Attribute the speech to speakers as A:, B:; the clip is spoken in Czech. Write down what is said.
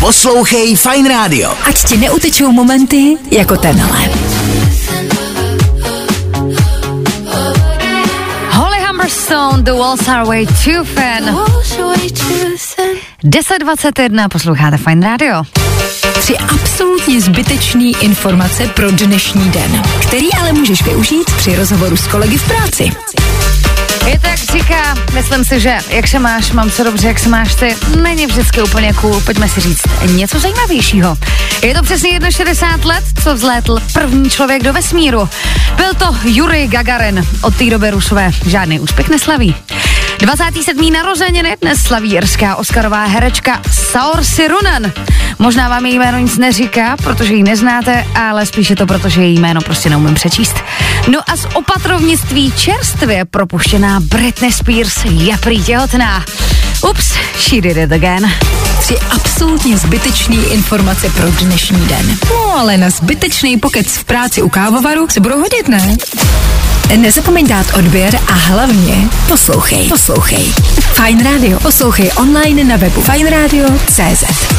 A: Poslouchej Fajn rádio.
B: Ať ti neutečou momenty jako tenhle.
C: Holly Humberstone, The Walls Are Way Too Thin. 10:21, posloucháte Fajn rádio.
B: 3 absolutně zbytečný informace pro dnešní den, který ale můžeš využít při rozhovoru s kolegy v práci.
C: Je to, jak říká, myslím si, že jak se máš, mám se dobře, jak se máš ty, není vždycky úplně cool, pojďme si říct něco zajímavějšího. Je to přesně 61 let, co vzlétl první člověk do vesmíru. Byl to Jurij Gagarin, od té doby Rusové žádný úspěch neslaví. 27. narozeniny dnes slaví irská oscarová herečka Saoirse Ronan. Možná vám její jméno nic neříká, protože ji neznáte, ale spíše to, protože její jméno prostě neumím přečíst. No a z opatrovnictví čerstvě propuštěná Britney Spears je prý těhotná. Ups, she did it again.
B: 3 absolutně zbytečný informace pro dnešní den. No ale na zbytečný pokec v práci u kávovaru se budou hodit, ne? Nezapomeň dát odběr a hlavně poslouchej. Fajn rádio. Poslouchej online na webu fajnradio.cz.